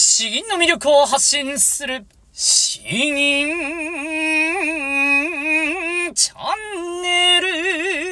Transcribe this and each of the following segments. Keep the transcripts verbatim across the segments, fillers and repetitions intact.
詩吟の魅力を発信する詩吟チャンネル。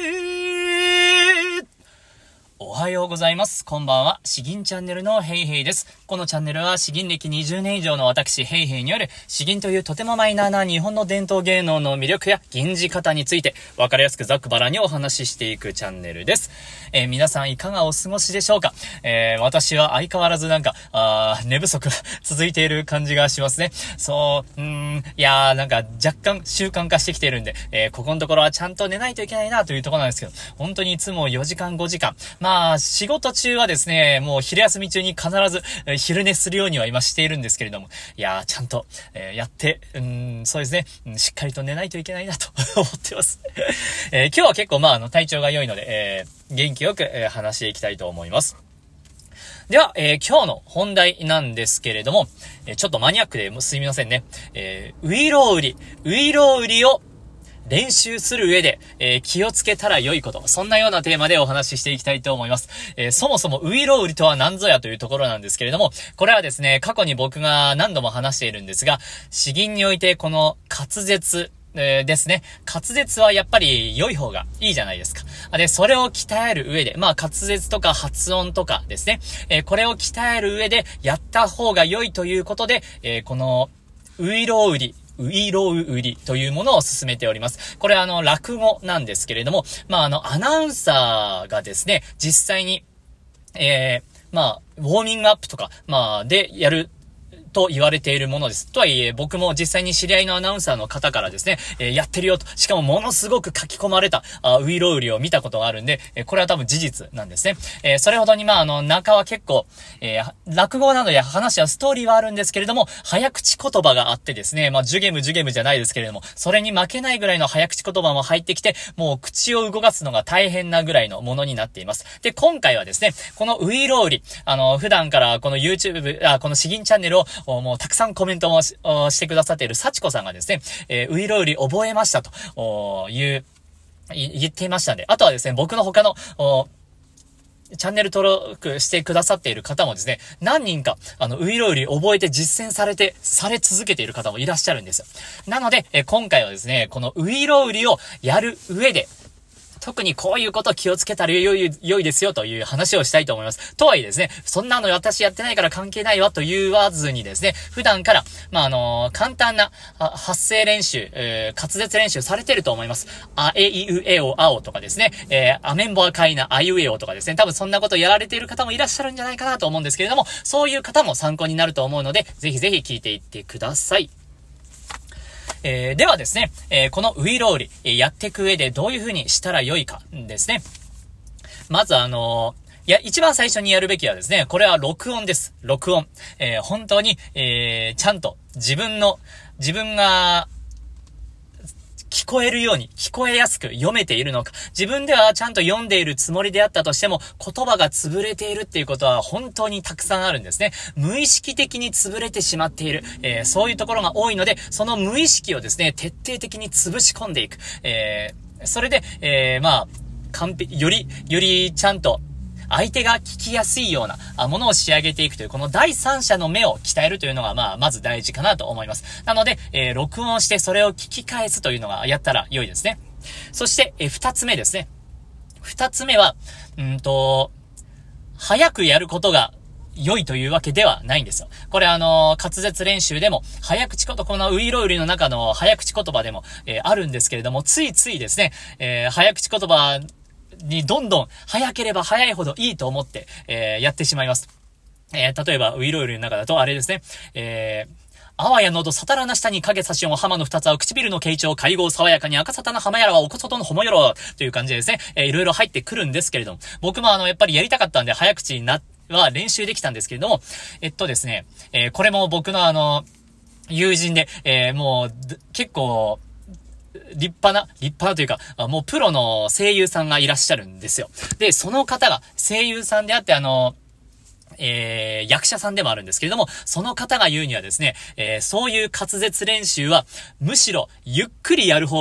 おはようございます。こんばんは。詩吟チャンネルのヘイヘイです。このチャンネルは詩吟歴にじゅうねん以上の私ヘイヘイによる詩吟というとてもマイナーな日本の伝統芸能の魅力や吟じ方についてわかりやすくざっくばらんにお話ししていくチャンネルです。えー、皆さんいかがお過ごしでしょうか。えー、私は相変わらずなんかあー寝不足が続いている感じがしますね。そう、うーん、いやーなんか若干習慣化してきているんで、えー、ここのところはちゃんと寝ないといけないなというところなんですけど、本当にいつもよじかんごじかん、まあ仕事中はですね、もう昼休み中に必ず、えー、昼寝するようには今しているんですけれども、いやーちゃんと、えー、やって、うーん、そうですね、うん、しっかりと寝ないといけないなと思ってます。えー、今日は結構まああの体調が良いので、えー、元気よく、えー、話していきたいと思います。では、えー、今日の本題なんですけれども、えー、ちょっとマニアックですみませんね。えー、ウイロウ売り、ウイロウ売りを練習する上で、えー、気をつけたら良いこと。そんなようなテーマでお話ししていきたいと思います。えー、そもそもウイロウリとは何ぞやというところなんですけれども、これはですね、過去に僕が何度も話しているんですが、詩吟においてこの滑舌、えー、ですね。滑舌はやっぱり良い方がいいじゃないですか。で、それを鍛える上で、まあ滑舌とか発音とかですね。えー、これを鍛える上でやった方が良いということで、えー、このウイロウリ、ウイロウ売りというものを進めております。これはあの落語なんですけれども、まああのアナウンサーがですね、実際に、えー、まあウォーミングアップとか、まあでやると言われているものです。とはいえ、僕も実際に知り合いのアナウンサーの方からですね、えー、やってるよと、しかもものすごく書き込まれた、あウイロウリを見たことがあるんで、えー、これは多分事実なんですね。えー、それほどにまあ、あの、中は結構、えー、落語などで話はストーリーはあるんですけれども、早口言葉があってですね、まあ、ジュゲムジュゲムじゃないですけれども、それに負けないぐらいの早口言葉も入ってきて、もう口を動かすのが大変なぐらいのものになっています。で、今回はですね、このウイロウリ、あの、普段からこの YouTube、あ、この詩吟チャンネルを、もうたくさんコメントも し, してくださっている幸子さんがですね、えー、ウイロウリ覚えましたという、言っていましたんで、あとはですね、僕の他の、チャンネル登録してくださっている方もですね、何人か、あの、ウイロウリ覚えて実践されて、され続けている方もいらっしゃるんですよ。なので、え今回はですね、このウイロウリをやる上で、特にこういうこと気をつけたら良い、良いですよという話をしたいと思います。とはいえですね、そんなの私やってないから関係ないわと言わずにですね、普段から、まあ、あのー、簡単な発声練習、えー、滑舌練習されてると思います。あえいうえおあおとかですね、えー、アメンボアカイナあいうえおとかですね、多分そんなことやられている方もいらっしゃるんじゃないかなと思うんですけれども、そういう方も参考になると思うので、ぜひぜひ聞いていってください。えー、ではですね、えー、このウイロウリ、えー、やっていく上でどういう風にしたらよいかですね。まずあのー、いや、一番最初にやるべきはですね、これは録音です。録音。えー、本当に、えー、ちゃんと自分の、自分が、聞こえるように、聞こえやすく読めているのか。自分ではちゃんと読んでいるつもりであったとしても、言葉が潰れているっていうことは本当にたくさんあるんですね。無意識的に潰れてしまっている。えー、そういうところが多いので、その無意識をですね、徹底的に潰し込んでいく。えー、それで、えー、まあ、完璧、より、よりちゃんと、相手が聞きやすいようなものを仕上げていくという、この第三者の目を鍛えるというのが、まあ、まず大事かなと思います。なので、えー、録音してそれを聞き返すというのがやったら良いですね。そして、えー、二つ目ですね。二つ目は、うんと、早くやることが良いというわけではないんですよ。これあのー、滑舌練習でも、早口言葉、このウイロウリの中の早口言葉でも、えー、あるんですけれども、ついついですね、えー、早口言葉、にどんどん早ければ早いほどいいと思って、えー、やってしまいます。えー、例えばウイロウリの中だとあれですね、えーあわやのどさたらな下に影差しを浜の二つは唇の傾聴会合爽やかに赤さたな浜やらはおこそとのほもよろという感じでですね、えー、いろいろ入ってくるんですけれども、僕もあのやっぱりやりたかったんで早口になは練習できたんですけれども、えっとですね、えー、これも僕のあの友人で、えー、もう結構立派な、立派なというか、もうプロの声優さんがいらっしゃるんですよ。で、その方が声優さんであって、あの、えー、役者さんでもあるんですけれども、その方が言うにはですね、えー、そういう滑舌練習は、むしろゆっくりやる方が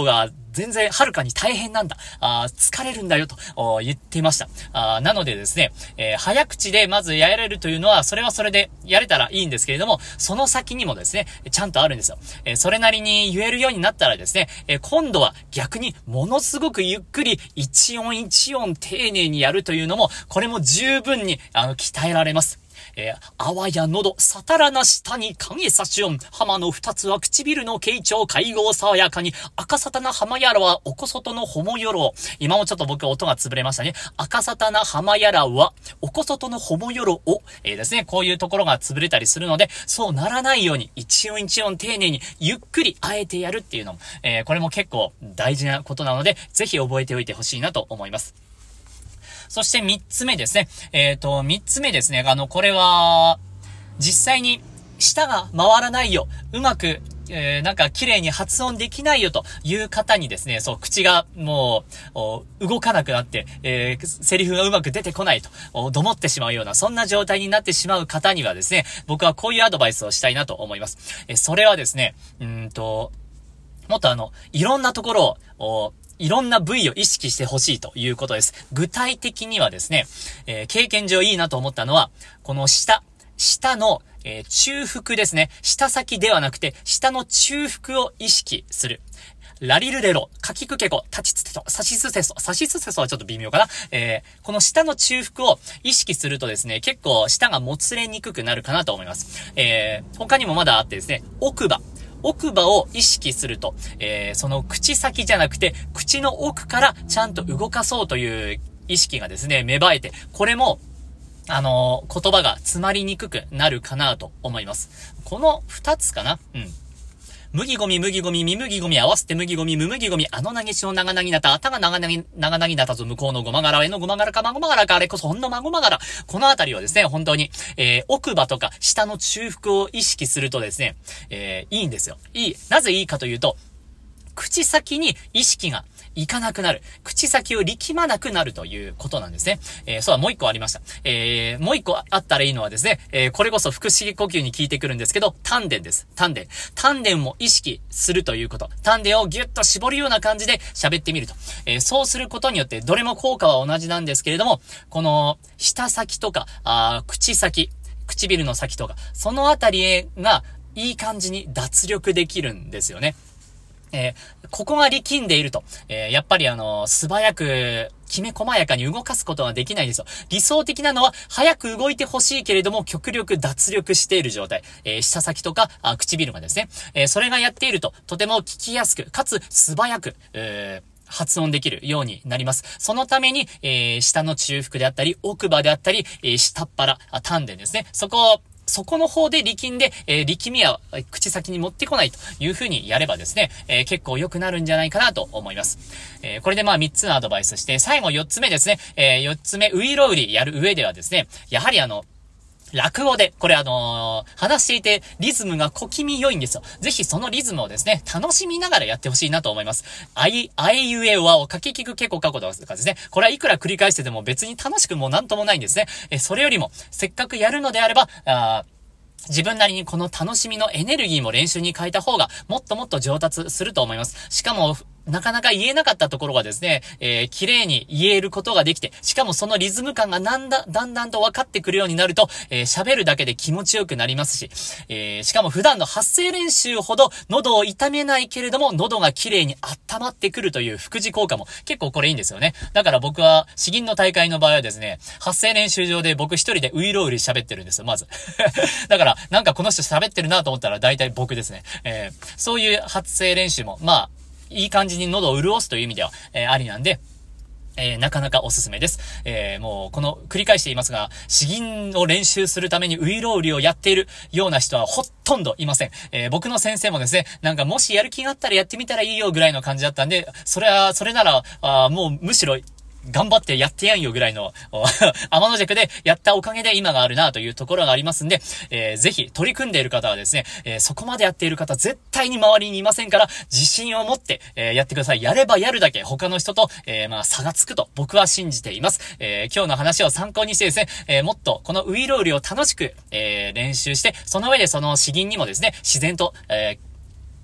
全然はるかに大変なんだ。あ疲れるんだよと言っていました。あなのでですね、えー、早口でまずやれるというのは、それはそれでやれたらいいんですけれども、その先にもですね、ちゃんとあるんですよ。えー、それなりに言えるようになったらですね、えー、今度は逆にものすごくゆっくり一音一音丁寧にやるというのも、これも十分にあの鍛えられます。えー、あわや喉、さたらな下に影差し音、浜の二つは唇の傾聴、会合爽やかに、赤さたな浜やらは、おこそとのほもよろ。今もちょっと僕音が潰れましたね。赤さたな浜やらは、おこそとのほもよろを、えー、ですね、こういうところが潰れたりするので、そうならないように、一音一音丁寧に、ゆっくりあえてやるっていうのも、えー、これも結構大事なことなので、ぜひ覚えておいてほしいなと思います。そして三つ目ですね。えっと、三つ目ですね。あの、これは、実際に舌が回らないよ。うまく、えー、なんか綺麗に発音できないよという方にですね、そう、口がもう、動かなくなって、えー、セリフがうまく出てこないと、どもってしまうような、そんな状態になってしまう方にはですね、僕はこういうアドバイスをしたいなと思います。えー、それはですね、うーんと、もっとあの、いろんなところを、いろんな部位を意識してほしいということです。具体的にはですね、えー、経験上いいなと思ったのは、この下、下の、えー、中腹ですね。下先ではなくて、下の中腹を意識する。ラリルレロ、カキクケコ、タチツテソ、サシスセソ、サシスセソはちょっと微妙かな。えー、この下の中腹を意識するとですね、結構下がもつれにくくなるかなと思います。えー、他にもまだあってですね、奥歯。奥歯を意識すると、えー、その口先じゃなくて、口の奥からちゃんと動かそうという意識がですね、芽生えて、これも、あのー、言葉が詰まりにくくなるかなと思います。この二つかな？うん。麦ゴミ、麦ゴミ、み麦ゴミ、合わせて麦ゴミ、む麦ゴミ、あの投げしの長なぎなた、あたが長なぎ、長なぎなたぞ、向こうのごまがら、えのごまがらか、まごまがらか、あれこそほんのまごまがら。このあたりはですね、本当に、えー、奥歯とか下の中腹を意識するとですね、えー、いいんですよ。いい。なぜいいかというと、口先に意識がいかなくなる。口先を力まなくなるということなんですね。えー、そうはもう一個ありました。えー、もう一個あったらいいのはですね、えー、これこそ腹式呼吸に効いてくるんですけど、丹田です。丹田。丹田も意識するということ。丹田をギュッと絞るような感じで喋ってみると。えー、そうすることによって、どれも効果は同じなんですけれども、この、舌先とか、あ口先、唇の先とか、そのあたりが、いい感じに脱力できるんですよね。えー、ここが力んでいると、えー、やっぱりあの、素早く、きめ細やかに動かすことはできないですよ。理想的なのは、早く動いてほしいけれども、極力脱力している状態。えー、舌先とか、あ、唇がですね。えー、それがやっていると、とても聞きやすく、かつ素早く、えー発音できるようになります。そのために、えー、下の中腹であったり、奥歯であったり、えー、下っ腹、丹田ですね。そこを、そこの方で力んで、えー、力みは口先に持ってこないという風にやればですね、えー、結構良くなるんじゃないかなと思います。えー、これでまあみっつのアドバイスして、最後よっつめですね、えー、よっつめ、ウイロウリやる上ではですね、やはりあの、落語で、これあのー、話していてリズムが小気味良いんですよ。ぜひそのリズムをですね、楽しみながらやってほしいなと思います。あい、あえゆえわを書き聞くけこかことかですね。これはいくら繰り返してても別に楽しくもなんともないんですね。え、それよりも、せっかくやるのであれば、あ自分なりにこの楽しみのエネルギーも練習に変えた方がもっともっと上達すると思います。しかも、なかなか言えなかったところがですね、えー、綺麗に言えることができて、しかもそのリズム感がなんだ、だんだんと分かってくるようになると、えー、喋るだけで気持ちよくなりますし、えー、しかも普段の発声練習ほど喉を痛めないけれども、喉が綺麗に温まってくるという副次効果も結構これいいんですよね。だから僕は、詩吟の大会の場合はですね、発声練習場で僕一人でウイロウリ喋ってるんですよ、まず。だから、なんかこの人喋ってるなと思ったら大体僕ですね。えー、そういう発声練習も、まあ、いい感じに喉を潤すという意味では、えー、ありなんで、えー、なかなかおすすめです。えー、もう、この、繰り返していますが、詩吟を練習するためにウイロウリをやっているような人はほとんどいません。えー、僕の先生もですね、なんかもしやる気があったらやってみたらいいよぐらいの感じだったんで、それは、それなら、あもうむしろ、頑張ってやってやんよぐらいの天の弱でやったおかげで今があるなというところがありますんで、えー、ぜひ取り組んでいる方はですね、えー、そこまでやっている方絶対に周りにいませんから自信を持って、えー、やってください。やればやるだけ他の人と、えー、まあ差がつくと僕は信じています。えー、今日の話を参考にしてですね、えー、もっとこのウイロウリを楽しく、えー、練習して、その上でその詩吟にもですね、自然と、えー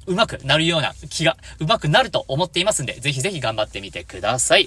うまくなるような気が、うまくなると思っていますんで、ぜひぜひ頑張ってみてください。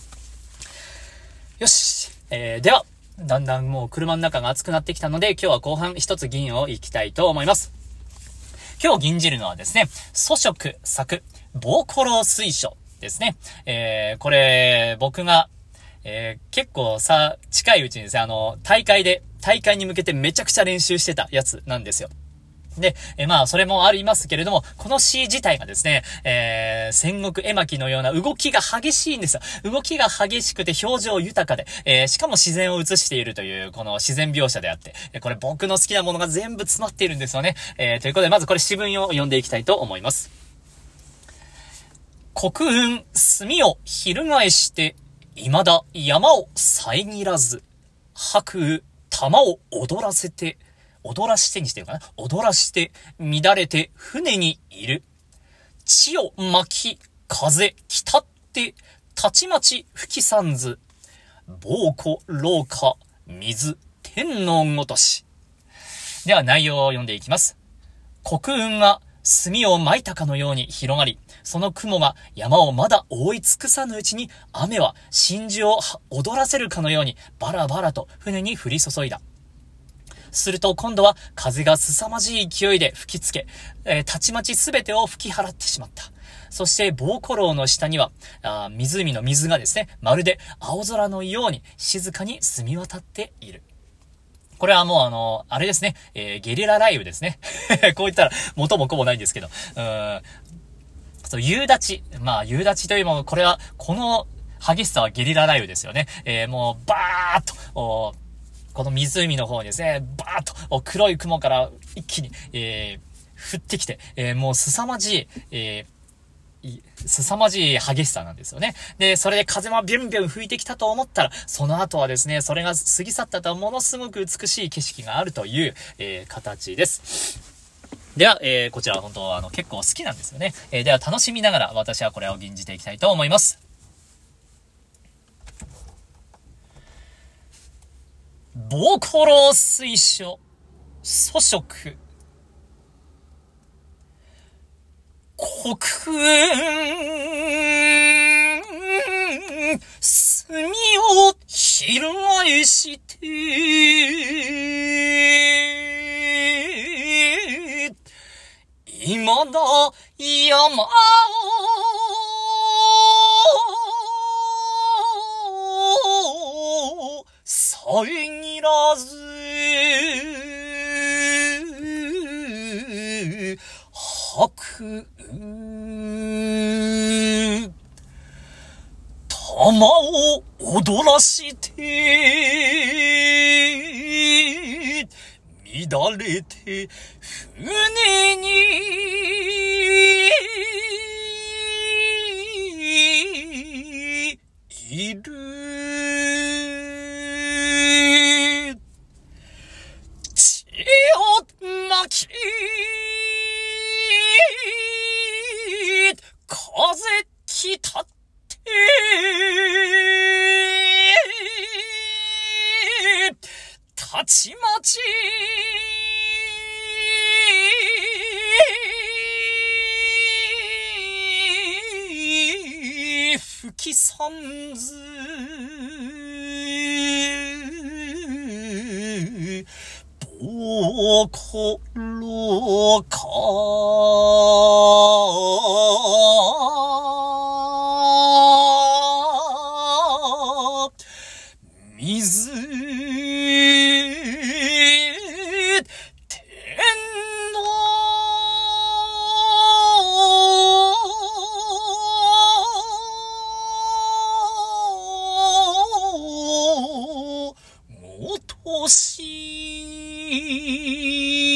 よし。えー、では、だんだんもう車の中が熱くなってきたので、今日は後半一つ銀をいきたいと思います。今日銀じるのはですね、粗食作、ボーコロ水書ですね。えー、これ、僕が、えー、結構さ、近いうちにですね、あの、大会で、大会に向けてめちゃくちゃ練習してたやつなんですよ。で、え、まあ、それもありますけれども、この詩自体がですね、えー、戦国絵巻のような動きが激しいんですよ。動きが激しくて表情豊かで、えー、しかも自然を映しているという、この自然描写であって、これ僕の好きなものが全部詰まっているんですよね。えー、ということで、まずこれ詩文を読んでいきたいと思います。黒雲、墨を翻して、未だ山を遮らず、白雨、玉を踊らせて、踊らしてにしてるかな踊らして、乱れて船にいる。地を巻き、風、来って、たちまち吹きさんず。暴虎、廊下、水、天のごとし。では内容を読んでいきます。黒雲が墨を巻いたかのように広がり、その雲が山をまだ覆い尽くさぬうちに、雨は真珠を踊らせるかのように、バラバラと船に降り注いだ。すると今度は風が凄まじい勢いで吹きつけ、えー、たちまちすべてを吹き払ってしまった。そしてボーコローの下にはあ湖の水がですね、まるで青空のように静かに澄み渡っている。これはもうあの、あれですね、えー、ゲリラ雷雨ですね。こう言ったら元も子もないんですけど、うーん、そう、夕立ち。まあ、夕立ちというもの、これは、この激しさはゲリラ雷雨ですよね。えー、もう、バーッと、この湖の方にですね、バーッと黒い雲から一気に、えー、降ってきて、えー、もう凄まじい、えー、凄まじい激しさなんですよね。で、それで風もビュンビュン吹いてきたと思ったら、その後はですね、それが過ぎ去ったとものすごく美しい景色があるという、えー、形です。では、えー、こちらは本当あの結構好きなんですよね。えー、では楽しみながら私はこれを吟じていきたいと思います。ボーコロ水書、粗食。黒雲、墨を翻して、未だ山を遮らず、白雨、玉を踊らして、乱れて船にいる。血を巻き、風来たって、たちまち吹きさんず。ボーコロか水天のごとし。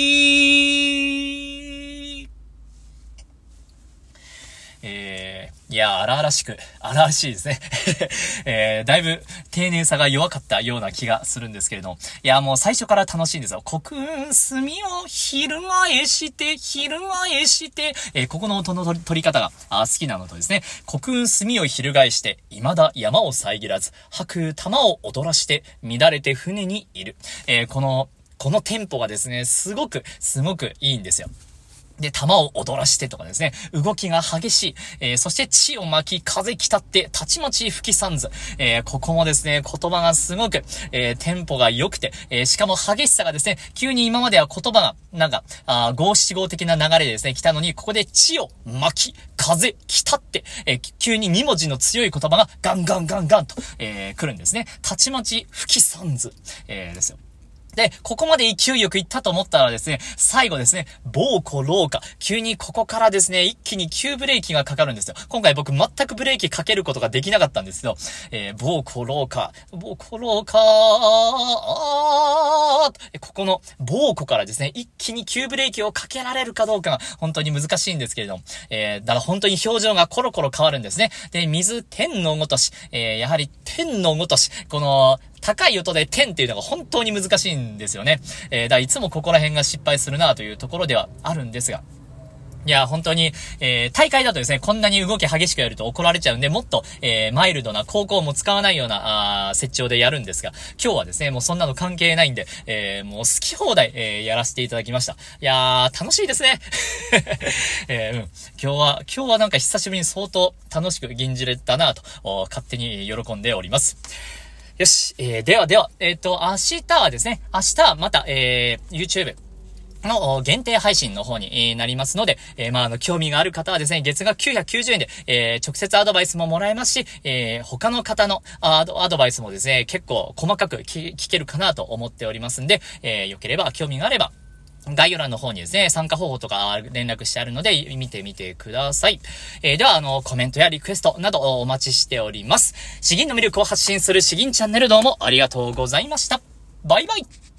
えー、いや、荒々しく、荒々しいですね。えー、だいぶ丁寧さが弱かったような気がするんですけれども。いや、もう最初から楽しいんですよ。黒雲墨を翻して、翻して、えー、ここの音の取り、取り方があ好きなのとですね、黒雲墨を翻して、未だ山を遮らず、白雨玉を踊らして、乱れて船にいる。えー、この、このテンポがですね、すごく、すごくいいんですよ。 で、玉を踊らしてとかですね、動きが激しい、えー、そして血を巻き、風来たって、たちまち吹きさんず。えー、ここもですね、言葉がすごく、えー、テンポが良くて、えー、しかも激しさがですね、急に今までは言葉が、なんか、あ五七五的な流れでですね、来たのに、ここで血を巻き、風来たって、えー、急にに文字の強い言葉がガンガンガンガンと、えー、来るんですね。たちまち吹きさんず、えー、ですよ。で、ここまで勢いよくいったと思ったらですね、最後ですね、暴虎老化。急にここからですね、一気に急ブレーキがかかるんですよ。今回僕全くブレーキかけることができなかったんですけど、えー、暴虎老化、暴虎老化、あーここの暴虎からですね、一気に急ブレーキをかけられるかどうかが本当に難しいんですけれども、えー、だから本当に表情がコロコロ変わるんですね。で、水天のごとし、えー、やはり天のごとし、この、高い音で天っていうのが本当に難しいんですよね。えー、だからいつもここら辺が失敗するなというところではあるんですが。いや、本当に、えー、大会だとですね、こんなに動き激しくやると怒られちゃうんで、もっと、えー、マイルドな高校も使わないような、あー、設置でやるんですが、今日はですね、もうそんなの関係ないんで、えー、もう好き放題、えー、やらせていただきました。いやー、楽しいですね。えー、うん。今日は、今日はなんか久しぶりに相当楽しく吟じれたなと、勝手に喜んでおります。よし。えー、ではでは、えっと、明日はですね、明日また、えー、YouTube の限定配信の方になりますので、えー、まあ、あの、興味がある方はですね、月額きゅうひゃくきゅうじゅうえんで、えー、直接アドバイスももらえますし、えー、他の方のアド、アドバイスもですね、結構細かく聞けるかなと思っておりますんで、えー、よければ、興味があれば、概要欄の方にですね、参加方法とか連絡してあるので、見てみてください。えー、では、あの、コメントやリクエストなどお待ちしております。詩吟の魅力を発信する詩吟チャンネル、どうもありがとうございました。バイバイ。